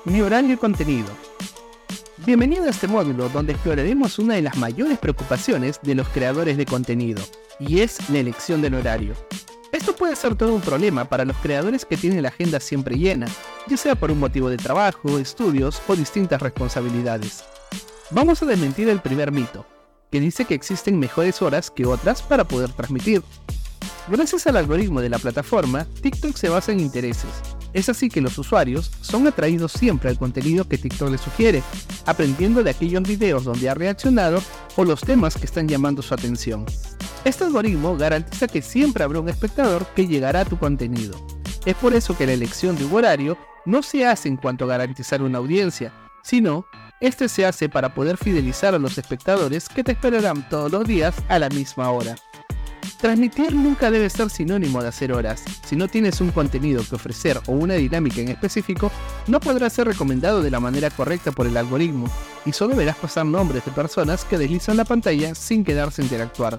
Mi horario y contenido. Bienvenido a este módulo donde exploraremos una de las mayores preocupaciones de los creadores de contenido, y es la elección del horario. Esto puede ser todo un problema para los creadores que tienen la agenda siempre llena, ya sea por un motivo de trabajo, estudios o distintas responsabilidades. Vamos a desmentir el primer mito, que dice que existen mejores horas que otras para poder transmitir. Gracias al algoritmo de la plataforma, TikTok se basa en intereses. Es así que los usuarios son atraídos siempre al contenido que TikTok les sugiere, aprendiendo de aquellos videos donde ha reaccionado o los temas que están llamando su atención. Este algoritmo garantiza que siempre habrá un espectador que llegará a tu contenido. Es por eso que la elección de un horario no se hace en cuanto a garantizar una audiencia, sino este se hace para poder fidelizar a los espectadores que te esperarán todos los días a la misma hora. Transmitir nunca debe ser sinónimo de hacer horas. Si no tienes un contenido que ofrecer o una dinámica en específico, no podrá ser recomendado de la manera correcta por el algoritmo, y solo verás pasar nombres de personas que deslizan la pantalla sin quedarse a interactuar.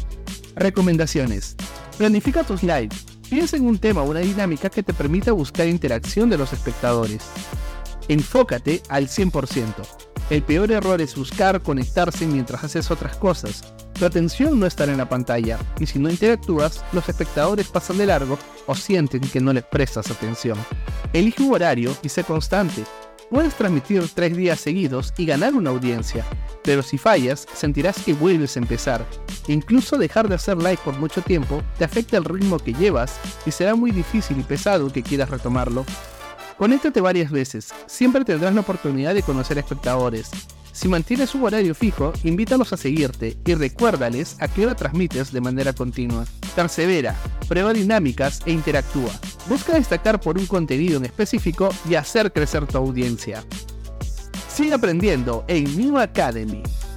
Recomendaciones. Planifica tus lives. Piensa en un tema o una dinámica que te permita buscar interacción de los espectadores. Enfócate al 100%. El peor error es buscar conectarse mientras haces otras cosas. Tu atención no estará en la pantalla, y si no interactúas, los espectadores pasan de largo o sienten que no les prestas atención. Elige un horario y sé constante. Puedes transmitir 3 días seguidos y ganar una audiencia, pero si fallas, sentirás que vuelves a empezar. Incluso dejar de hacer live por mucho tiempo te afecta el ritmo que llevas y será muy difícil y pesado que quieras retomarlo. Conéctate varias veces, siempre tendrás la oportunidad de conocer espectadores. Si mantienes un horario fijo, invítalos a seguirte y recuérdales a qué hora transmites de manera continua. Persevera, prueba dinámicas e interactúa. Busca destacar por un contenido en específico y hacer crecer tu audiencia. Sigue aprendiendo en New Academy.